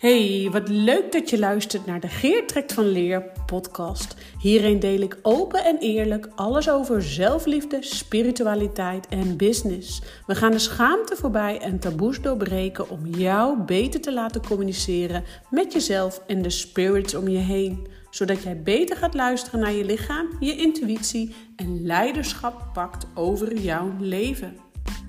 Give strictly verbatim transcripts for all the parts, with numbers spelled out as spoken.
Hey, wat leuk dat je luistert naar de Geert Trekt van Leer podcast. Hierin deel ik open en eerlijk alles over zelfliefde, spiritualiteit en business. We gaan de schaamte voorbij en taboes doorbreken om jou beter te laten communiceren met jezelf en de spirits om je heen. Zodat jij beter gaat luisteren naar je lichaam, je intuïtie en leiderschap pakt over jouw leven.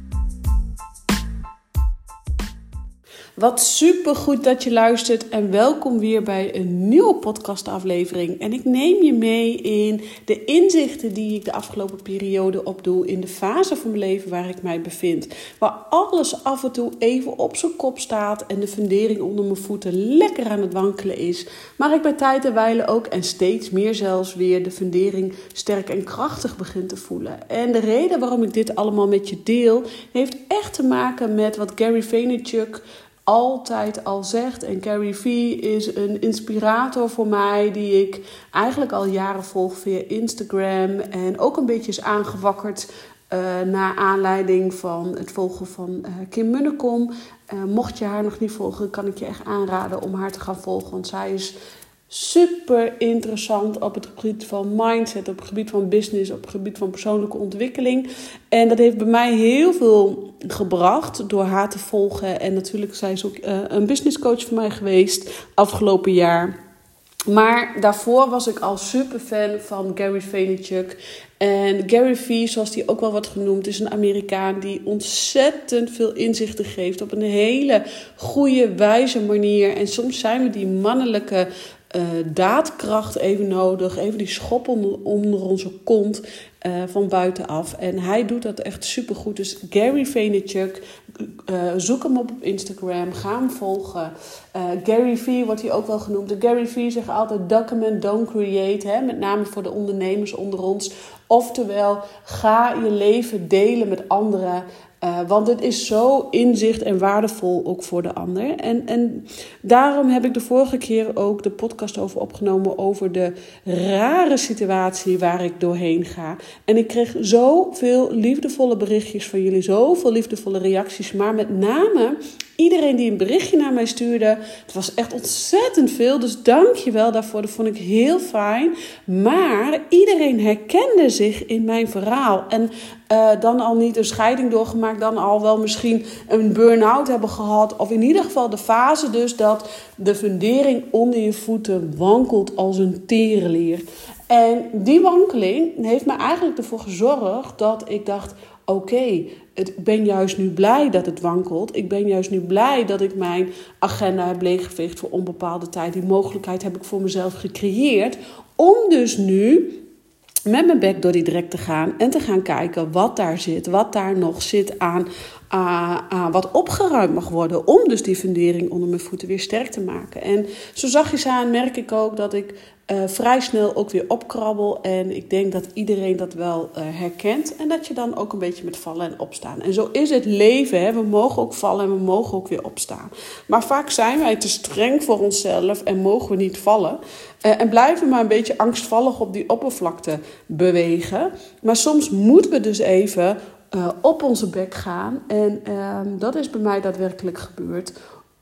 Wat supergoed dat je luistert en welkom weer bij een nieuwe podcastaflevering. En ik neem je mee in de inzichten die ik de afgelopen periode opdoe in de fase van mijn leven waar ik mij bevind. Waar alles af en toe even op zijn kop staat en de fundering onder mijn voeten lekker aan het wankelen is. Maar ik bij tijd en wijle ook en steeds meer zelfs weer de fundering sterk en krachtig begin te voelen. En de reden waarom ik dit allemaal met je deel heeft echt te maken met wat Gary Vaynerchuk altijd al zegt. En Gary V is een inspirator voor mij die ik eigenlijk al jaren volg via Instagram. En ook een beetje is aangewakkerd uh, naar aanleiding van het volgen van uh, Kim Munnekom. Uh, mocht je haar nog niet volgen, kan ik je echt aanraden om haar te gaan volgen. Want zij is super interessant op het gebied van mindset, op het gebied van business, op het gebied van persoonlijke ontwikkeling. En dat heeft bij mij heel veel gebracht door haar te volgen. En natuurlijk, zij is ook uh, een businesscoach voor mij geweest afgelopen jaar. Maar daarvoor was ik al super fan van Gary Vaynerchuk. En Gary V, zoals die ook wel wordt genoemd, is een Amerikaan die ontzettend veel inzichten geeft op een hele goede, wijze manier. En soms zijn we die mannelijke Uh, daadkracht even nodig. Even die schop onder, onder onze kont uh, van buitenaf. En hij doet dat echt supergoed. Dus Gary Vaynerchuk, uh, zoek hem op op Instagram. Ga hem volgen. Uh, Gary V wordt hij ook wel genoemd. De Gary V zegt altijd document, don't create. Hè? Met name voor de ondernemers onder ons. Oftewel, ga je leven delen met anderen. Uh, want het is zo inzicht en waardevol ook voor de ander. En, en daarom heb ik de vorige keer ook de podcast over opgenomen over de rare situatie waar ik doorheen ga. En ik kreeg zoveel liefdevolle berichtjes van jullie, zoveel liefdevolle reacties. Maar met name iedereen die een berichtje naar mij stuurde, het was echt ontzettend veel. Dus dank je wel daarvoor, dat vond ik heel fijn. Maar iedereen herkende zich in mijn verhaal. En uh, dan al niet een scheiding doorgemaakt, dan al wel misschien een burn-out hebben gehad. Of in ieder geval de fase dus dat de fundering onder je voeten wankelt als een tierenlier. En die wankeling heeft me eigenlijk ervoor gezorgd dat ik dacht, oké, okay, ik ben juist nu blij dat het wankelt. Ik ben juist nu blij dat ik mijn agenda heb leeggeveegd voor onbepaalde tijd. Die mogelijkheid heb ik voor mezelf gecreëerd om dus nu met mijn bek door die drek te gaan en te gaan kijken wat daar zit, wat daar nog zit aan, uh, uh, wat opgeruimd mag worden, om dus die fundering onder mijn voeten weer sterk te maken. En zo zachtjes aan merk ik ook dat ik uh, vrij snel ook weer opkrabbel en ik denk dat iedereen dat wel uh, herkent en dat je dan ook een beetje met vallen en opstaan. En zo is het leven, hè? We mogen ook vallen en we mogen ook weer opstaan. Maar vaak zijn wij te streng voor onszelf en mogen we niet vallen. Uh, en blijven maar een beetje angstvallig op die oppervlakte bewegen. Maar soms moeten we dus even uh, op onze bek gaan. En uh, dat is bij mij daadwerkelijk gebeurd.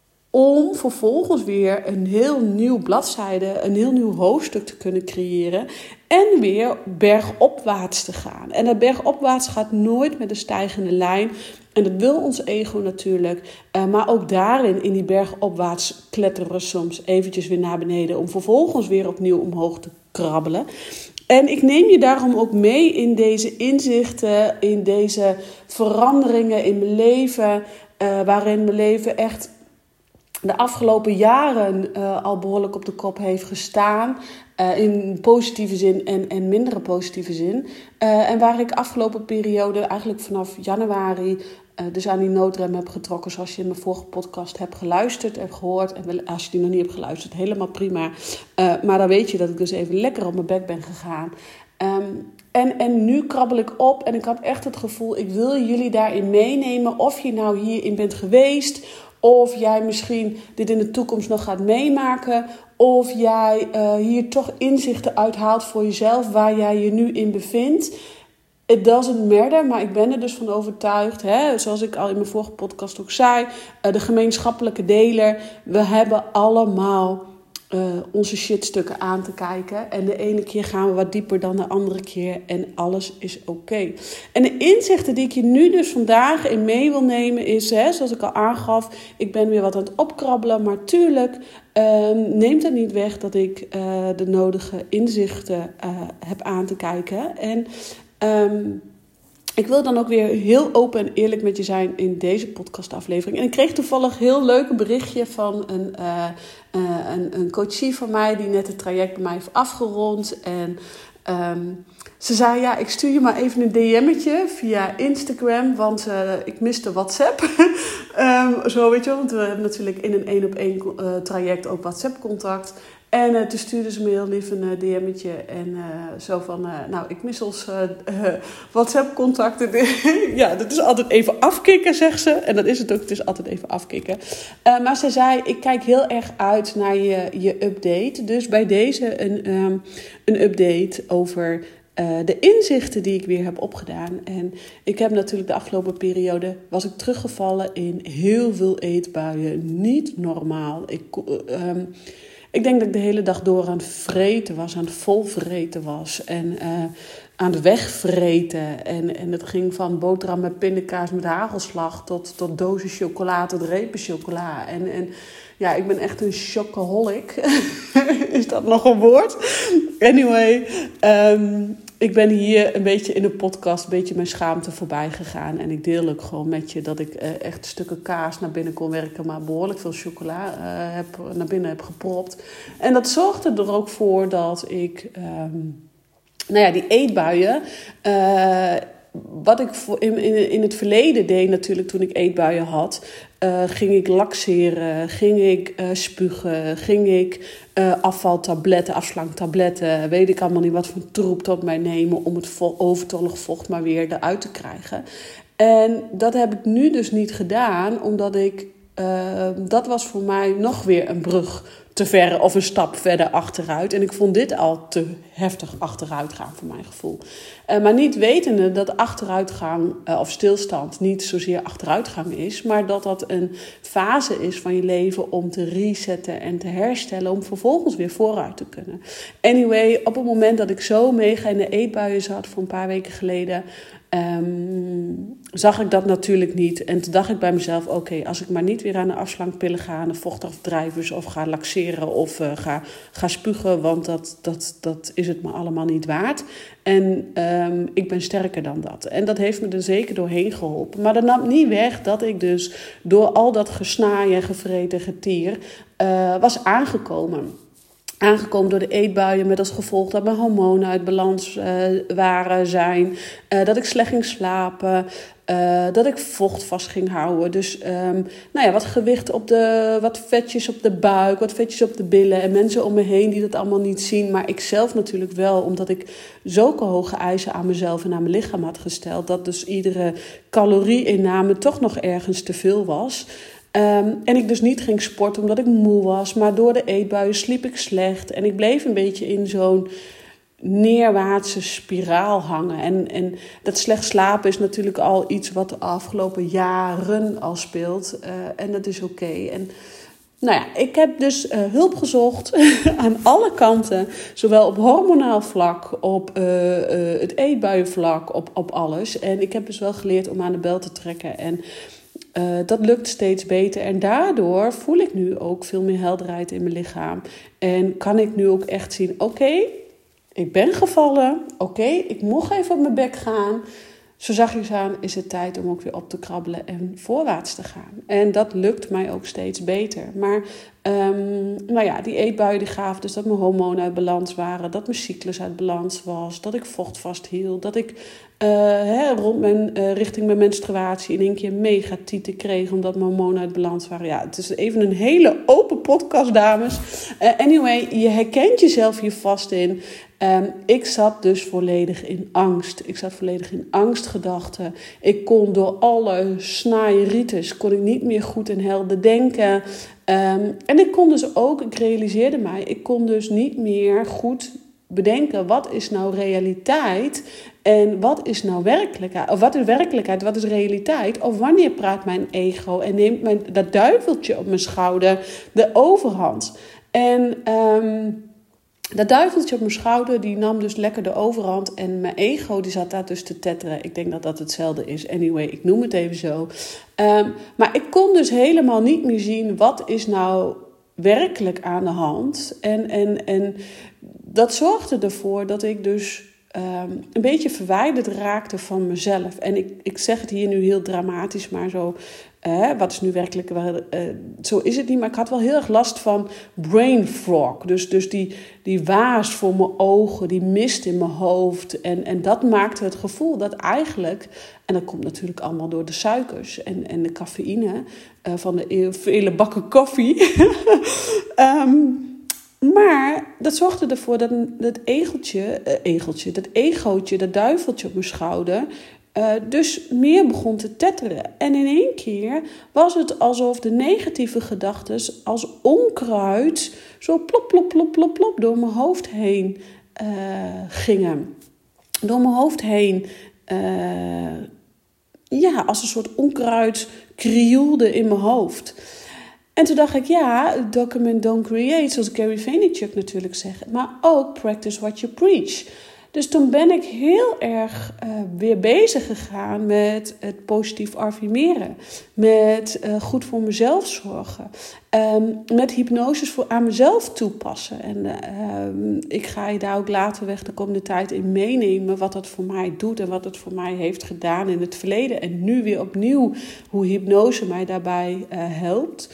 Om vervolgens weer een heel nieuw bladzijde, een heel nieuw hoofdstuk te kunnen creëren. En weer bergopwaarts te gaan. En dat bergopwaarts gaat nooit met een stijgende lijn. En dat wil ons ego natuurlijk. Uh, maar ook daarin, in die bergopwaarts, kletteren we soms eventjes weer naar beneden. Om vervolgens weer opnieuw omhoog te krabbelen. En ik neem je daarom ook mee in deze inzichten, in deze veranderingen in mijn leven. Uh, waarin mijn leven echt de afgelopen jaren uh, al behoorlijk op de kop heeft gestaan. Uh, in positieve zin en, en mindere positieve zin. Uh, en waar ik afgelopen periode, eigenlijk vanaf januari, uh, dus aan die noodrem heb getrokken. Zoals je in mijn vorige podcast hebt geluisterd en gehoord. En als je die nog niet hebt geluisterd, helemaal prima. Uh, maar dan weet je dat ik dus even lekker op mijn bek ben gegaan. Um, en, en nu krabbel ik op en ik had echt het gevoel, ik wil jullie daarin meenemen. Of je nou hierin bent geweest, of jij misschien dit in de toekomst nog gaat meemaken. Of jij uh, hier toch inzichten uithaalt voor jezelf waar jij je nu in bevindt. it doesn't matter, maar ik ben er dus van overtuigd, hè, zoals ik al in mijn vorige podcast ook zei, uh, de gemeenschappelijke deler, we hebben allemaal uh, onze shitstukken aan te kijken. En de ene keer gaan we wat dieper dan de andere keer en alles is oké. Okay. En de inzichten die ik je nu dus vandaag in mee wil nemen is, hè, zoals ik al aangaf, ik ben weer wat aan het opkrabbelen, maar tuurlijk uh, neemt het niet weg dat ik uh, de nodige inzichten uh, heb aan te kijken. En Um, ik wil dan ook weer heel open en eerlijk met je zijn in deze podcastaflevering. En ik kreeg toevallig heel leuk een berichtje van een, uh, uh, een, een coachie van mij die net het traject bij mij heeft afgerond. En um, ze zei, ja, ik stuur je maar even een D M'tje via Instagram, want uh, ik miste WhatsApp. um, zo weet je wel, want we hebben natuurlijk in een één op één uh, traject ook WhatsApp contact. En uh, toen stuurde ze me heel lief een uh, D M'tje en uh, zo van, uh, nou, ik mis ons uh, uh, WhatsApp-contacten. Ja, dat is altijd even afkicken, zegt ze. En dat is het ook, het is altijd even afkicken. Uh, maar ze zei, ik kijk heel erg uit naar je, je update. Dus bij deze een, um, een update over uh, de inzichten die ik weer heb opgedaan. En ik heb natuurlijk de afgelopen periode, was ik teruggevallen in heel veel eetbuien. Niet normaal. Ik... Uh, um, Ik denk dat ik de hele dag door aan het vreten was, aan het volvreten was en uh, aan het wegvreten. En, en het ging van boterham met pindakaas met hagelslag tot, tot dozen chocola, tot repen chocola. En, en ja, ik ben echt een chocoholic. Is dat nog een woord? Anyway, um, ik ben hier een beetje in de podcast een beetje mijn schaamte voorbij gegaan. En ik deel ook gewoon met je dat ik uh, echt stukken kaas naar binnen kon werken, maar behoorlijk veel chocola uh, heb, naar binnen heb gepropt. En dat zorgde er ook voor dat ik, um, nou ja, die eetbuien... Uh, Wat ik in, in, in het verleden deed natuurlijk toen ik eetbuien had, uh, ging ik laxeren, ging ik uh, spugen, ging ik uh, afvaltabletten, afslanktabletten, weet ik allemaal niet wat voor troep tot mij nemen om het vo- overtollig vocht maar weer eruit te krijgen. En dat heb ik nu dus niet gedaan, omdat ik, uh, dat was voor mij nog weer een brug te ver of een stap verder achteruit. En ik vond dit al te heftig achteruit gaan voor mijn gevoel. Uh, maar niet wetende dat achteruitgang uh, of stilstand niet zozeer achteruitgang is, maar dat dat een fase is van je leven om te resetten en te herstellen, om vervolgens weer vooruit te kunnen. Anyway, op het moment dat ik zo mega in de eetbuien zat voor een paar weken geleden, Um, zag ik dat natuurlijk niet. En toen dacht ik bij mezelf, oké, okay, als ik maar niet weer aan de afslankpillen ga, aan de vochtafdrijvers of ga laxeren of uh, ga, ga spugen, want dat, dat, dat is het me allemaal niet waard. En um, ik ben sterker dan dat. En dat heeft me er zeker doorheen geholpen. Maar dat nam niet weg dat ik dus door al dat gesnaaien, gevreten, getier uh, was aangekomen. Aangekomen door de eetbuien met als gevolg dat mijn hormonen uit balans uh, waren, zijn. Uh, dat ik slecht ging slapen. Uh, dat ik vocht vast ging houden. Dus um, nou ja, wat gewicht op de, wat vetjes op de buik, wat vetjes op de billen. En mensen om me heen die dat allemaal niet zien. Maar ik zelf natuurlijk wel, omdat ik zulke hoge eisen aan mezelf en aan mijn lichaam had gesteld. Dat dus iedere calorie-inname toch nog ergens te veel was. Um, en ik dus niet ging sporten omdat ik moe was. Maar door de eetbuien sliep ik slecht. En ik bleef een beetje in zo'n neerwaartse spiraal hangen. En, en dat slecht slapen is natuurlijk al iets wat de afgelopen jaren al speelt. Uh, en dat is oké. Okay. En nou ja, ik heb dus uh, hulp gezocht aan alle kanten. Zowel op hormonaal vlak, op uh, uh, het eetbuienvlak, op, op alles. En ik heb dus wel geleerd om aan de bel te trekken. En Uh, dat lukt steeds beter en daardoor voel ik nu ook veel meer helderheid in mijn lichaam. En kan ik nu ook echt zien, oké, okay, ik ben gevallen, oké, okay, ik mocht even op mijn bek gaan. Zo zachtjes aan is het tijd om ook weer op te krabbelen en voorwaarts te gaan. En dat lukt mij ook steeds beter. Maar um, nou ja, die eetbuien die gaven dus dat mijn hormonen uit balans waren. Dat mijn cyclus uit balans was. Dat ik vocht vasthield. Dat ik uh, hè, rond mijn, uh, richting mijn menstruatie in één keer mega tieten kreeg. Omdat mijn hormonen uit balans waren. Ja, het is even een hele open podcast, dames. Uh, anyway, je herkent jezelf hier vast in. Um, ik zat dus volledig in angst. Ik zat volledig in angstgedachten. Ik kon door alle snaaieritis kon ik niet meer goed en helder denken. Um, en ik kon dus ook, ik realiseerde mij, ik kon dus niet meer goed bedenken, wat is nou realiteit en wat is nou werkelijkheid? Of wat is werkelijkheid, wat is realiteit? Of wanneer praat mijn ego en neemt mijn, dat duiveltje op mijn schouder de overhand? En um, dat duiveltje op mijn schouder, die nam dus lekker de overhand. En mijn ego, die zat daar dus te tetteren. Ik denk dat dat hetzelfde is. Anyway, ik noem het even zo. Um, maar ik kon dus helemaal niet meer zien, wat is nou werkelijk aan de hand? En, en, en dat zorgde ervoor dat ik dus um, een beetje verwijderd raakte van mezelf. En ik, ik zeg het hier nu heel dramatisch, maar zo... Uh, wat is nu werkelijk... Uh, zo is het niet, maar ik had wel heel erg last van brain fog. Dus, dus die, die waas voor mijn ogen, die mist in mijn hoofd. En, en dat maakte het gevoel dat eigenlijk... En dat komt natuurlijk allemaal door de suikers en, en de cafeïne... Uh, van de vele bakken koffie. um, Maar dat zorgde ervoor dat dat egeltje, uh, egeltje, dat egootje, dat duiveltje op mijn schouder... Uh, dus meer begon te tetteren. En in één keer was het alsof de negatieve gedachten als onkruid zo plop, plop, plop, plop, plop door mijn hoofd heen uh, gingen. Door mijn hoofd heen, uh, ja, als een soort onkruid krioelde in mijn hoofd. En toen dacht ik, ja, document don't create, zoals Gary Vaynerchuk natuurlijk zegt. Maar ook practice what you preach. Dus toen ben ik heel erg uh, weer bezig gegaan met het positief affirmeren. Met uh, goed voor mezelf zorgen. Um, met hypnoses voor aan mezelf toepassen. En uh, ik ga je daar ook later weg de komende tijd in meenemen. Wat dat voor mij doet en wat het voor mij heeft gedaan in het verleden. En nu weer opnieuw hoe hypnose mij daarbij uh, helpt.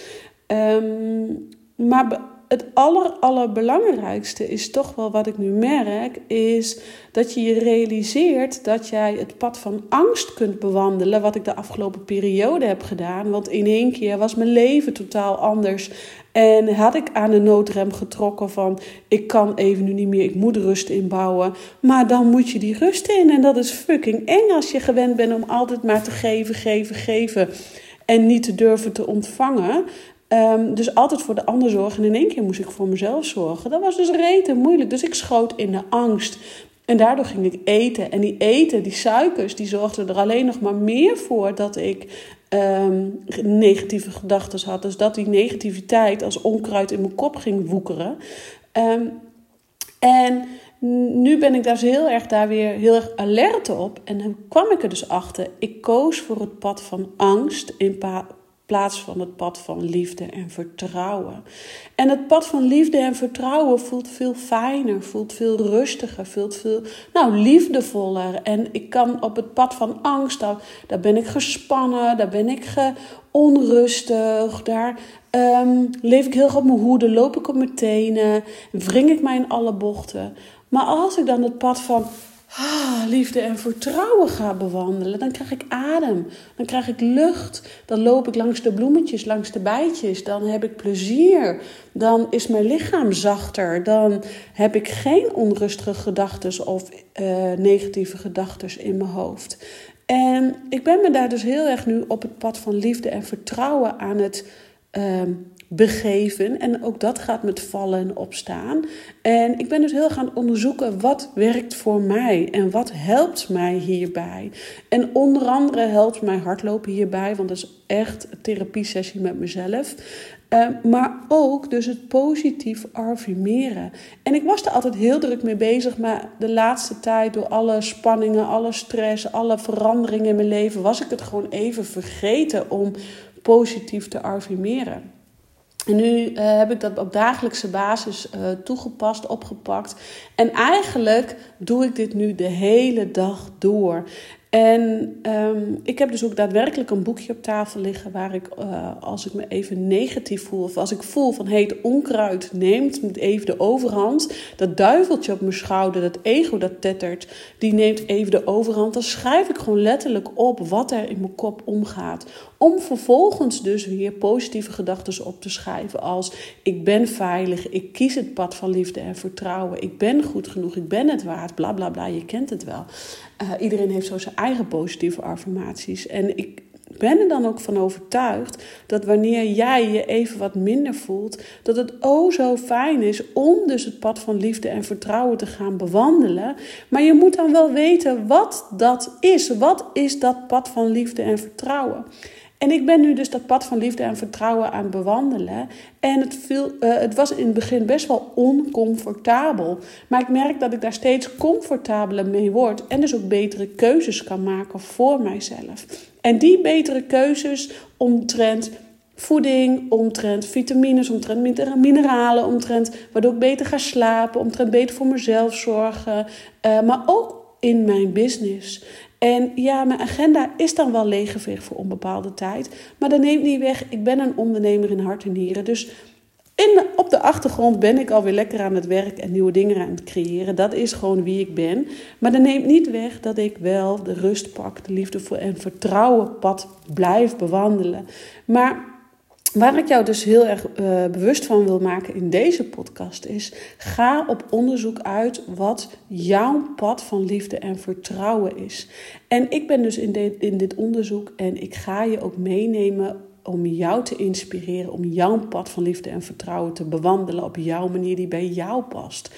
Um, maar... Be- Het aller, allerbelangrijkste is toch wel wat ik nu merk, is dat je je realiseert dat jij het pad van angst kunt bewandelen, wat ik de afgelopen periode heb gedaan. Want in één keer was mijn leven totaal anders en had ik aan de noodrem getrokken van ik kan even nu niet meer, ik moet rust inbouwen. Maar dan moet je die rust in en dat is fucking eng als je gewend bent om altijd maar te geven, geven, geven en niet te durven te ontvangen. Um, dus altijd voor de ander zorgen en in één keer moest ik voor mezelf zorgen. Dat was dus rete moeilijk. Dus ik schoot in de angst. En daardoor ging ik eten. En die eten, die suikers, die zorgden er alleen nog maar meer voor dat ik um, negatieve gedachten had. Dus dat die negativiteit als onkruid in mijn kop ging woekeren. Um, en nu ben ik daar dus heel erg, daar weer heel erg alert op. En dan kwam ik er dus achter. Ik koos voor het pad van angst in pa- plaats van het pad van liefde en vertrouwen. En het pad van liefde en vertrouwen voelt veel fijner, voelt veel rustiger, voelt veel nou, liefdevoller. En ik kan op het pad van angst, daar, daar ben ik gespannen, daar ben ik ge, onrustig, daar um, leef ik heel erg op mijn hoede, loop ik op mijn tenen, wring ik mij in alle bochten. Maar als ik dan het pad van Ah, liefde en vertrouwen ga bewandelen, dan krijg ik adem, dan krijg ik lucht, dan loop ik langs de bloemetjes, langs de bijtjes, dan heb ik plezier, dan is mijn lichaam zachter, dan heb ik geen onrustige gedachten of uh, negatieve gedachten in mijn hoofd. En ik ben me daar dus heel erg nu op het pad van liefde en vertrouwen aan het uh, begeven. En ook dat gaat met vallen en opstaan. En ik ben dus heel gaan onderzoeken wat werkt voor mij en wat helpt mij hierbij. En onder andere helpt mij hardlopen hierbij, want dat is echt een therapiesessie met mezelf. Uh, maar ook dus het positief affirmeren. En ik was er altijd heel druk mee bezig, maar de laatste tijd door alle spanningen, alle stress, alle veranderingen in mijn leven was ik het gewoon even vergeten om positief te affirmeren. En nu uh, heb ik dat op dagelijkse basis uh, toegepast, opgepakt. En eigenlijk doe ik dit nu de hele dag door. En um, ik heb dus ook daadwerkelijk een boekje op tafel liggen waar ik, uh, als ik me even negatief voel, of als ik voel van hé, het onkruid neemt even de overhand, dat duiveltje op mijn schouder, dat ego dat tettert, die neemt even de overhand, dan schrijf ik gewoon letterlijk op wat er in mijn kop omgaat. Om vervolgens dus weer positieve gedachten op te schrijven als ik ben veilig, ik kies het pad van liefde en vertrouwen, ik ben goed genoeg, ik ben het waard, bla bla bla, je kent het wel. Uh, iedereen heeft zo zijn eigen positieve affirmaties. En ik ben er dan ook van overtuigd dat wanneer jij je even wat minder voelt, dat het oh zo fijn is om dus het pad van liefde en vertrouwen te gaan bewandelen. Maar je moet dan wel weten wat dat is. Wat is dat pad van liefde en vertrouwen? En ik ben nu dus dat pad van liefde en vertrouwen aan het bewandelen. En het, viel, uh, het was in het begin best wel oncomfortabel. Maar ik merk dat ik daar steeds comfortabeler mee word. En dus ook betere keuzes kan maken voor mijzelf. En die betere keuzes omtrent voeding, omtrent vitamines, omtrent mineralen, omtrent waardoor ik beter ga slapen, omtrent beter voor mezelf zorgen. Uh, maar ook in mijn business. En ja, mijn agenda is dan wel leeggeveegd voor onbepaalde tijd. Maar dat neemt niet weg, ik ben een ondernemer in hart en nieren. Dus in, op de achtergrond ben ik alweer lekker aan het werk en nieuwe dingen aan het creëren. Dat is gewoon wie ik ben. Maar dat neemt niet weg dat ik wel de rust pak, de liefde voor en vertrouwen pad blijf bewandelen. Maar waar ik jou dus heel erg uh, bewust van wil maken in deze podcast is, ga op onderzoek uit wat jouw pad van liefde en vertrouwen is. En ik ben dus in, de, in dit onderzoek en ik ga je ook meenemen om jou te inspireren, om jouw pad van liefde en vertrouwen te bewandelen op jouw manier die bij jou past.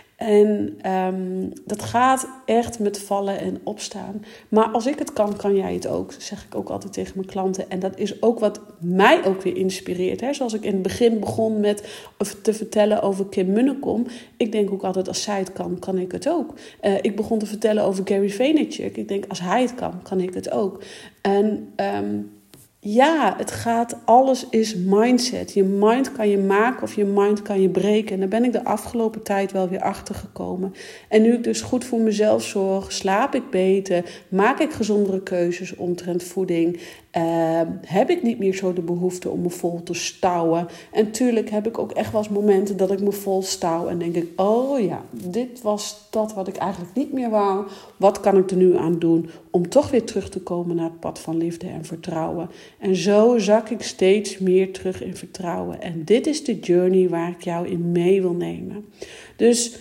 En um, dat gaat echt met vallen en opstaan. Maar als ik het kan, kan jij het ook. Dat zeg ik ook altijd tegen mijn klanten. En dat is ook wat mij ook weer inspireert. Hè? Zoals ik in het begin begon met te vertellen over Kim Munnekom. Ik denk ook altijd, als zij het kan, kan ik het ook. Uh, ik begon te vertellen over Gary Vaynerchuk. Ik denk, als hij het kan, kan ik het ook. En Um, Ja, het gaat, alles is mindset. Je mind kan je maken of je mind kan je breken. En daar ben ik de afgelopen tijd wel weer achter gekomen. En nu ik dus goed voor mezelf zorg, slaap ik beter, maak ik gezondere keuzes omtrent voeding. Uh, heb ik niet meer zo de behoefte om me vol te stouwen. En tuurlijk heb ik ook echt wel eens momenten dat ik me vol stouw. En denk ik, oh ja, dit was dat wat ik eigenlijk niet meer wou. Wat kan ik er nu aan doen om toch weer terug te komen naar het pad van liefde en vertrouwen. En zo zak ik steeds meer terug in vertrouwen. En dit is de journey waar ik jou in mee wil nemen. Dus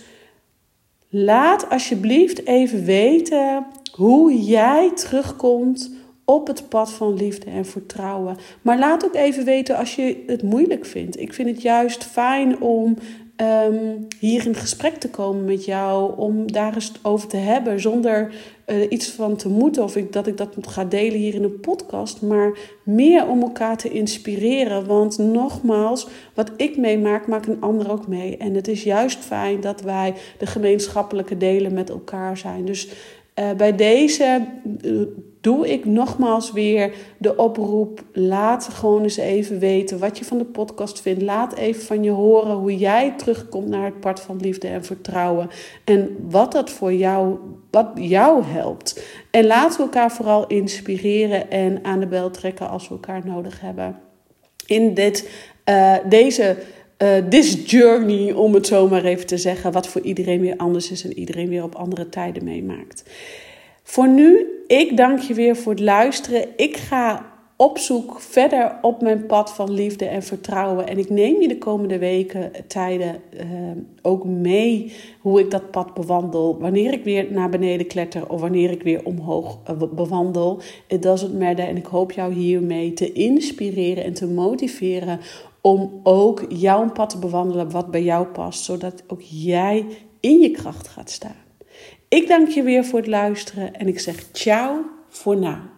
laat alsjeblieft even weten hoe jij terugkomt op het pad van liefde en vertrouwen. Maar laat ook even weten als je het moeilijk vindt. Ik vind het juist fijn om um, hier in gesprek te komen met jou. Om daar eens over te hebben zonder uh, iets van te moeten. Of ik, dat ik dat ga delen hier in een podcast. Maar meer om elkaar te inspireren. Want nogmaals, wat ik meemaak, maakt een ander ook mee. En het is juist fijn dat wij de gemeenschappelijke delen met elkaar zijn. Dus Uh, bij deze uh, doe ik nogmaals weer de oproep. Laat gewoon eens even weten wat je van de podcast vindt. Laat even van je horen hoe jij terugkomt naar het pad van liefde en vertrouwen. En wat dat voor jou, wat jou helpt. En laten we elkaar vooral inspireren en aan de bel trekken als we elkaar nodig hebben. In dit, uh, deze... Uh, this journey, om het zo maar even te zeggen, wat voor iedereen weer anders is en iedereen weer op andere tijden meemaakt. Voor nu, ik dank je weer voor het luisteren. Ik ga op zoek verder op mijn pad van liefde en vertrouwen. En ik neem je de komende weken, tijden uh, ook mee hoe ik dat pad bewandel. Wanneer ik weer naar beneden kletter of wanneer ik weer omhoog uh, bewandel. It doesn't matter. En ik hoop jou hiermee te inspireren en te motiveren om ook jouw pad te bewandelen wat bij jou past. Zodat ook jij in je kracht gaat staan. Ik dank je weer voor het luisteren en ik zeg ciao voor nu.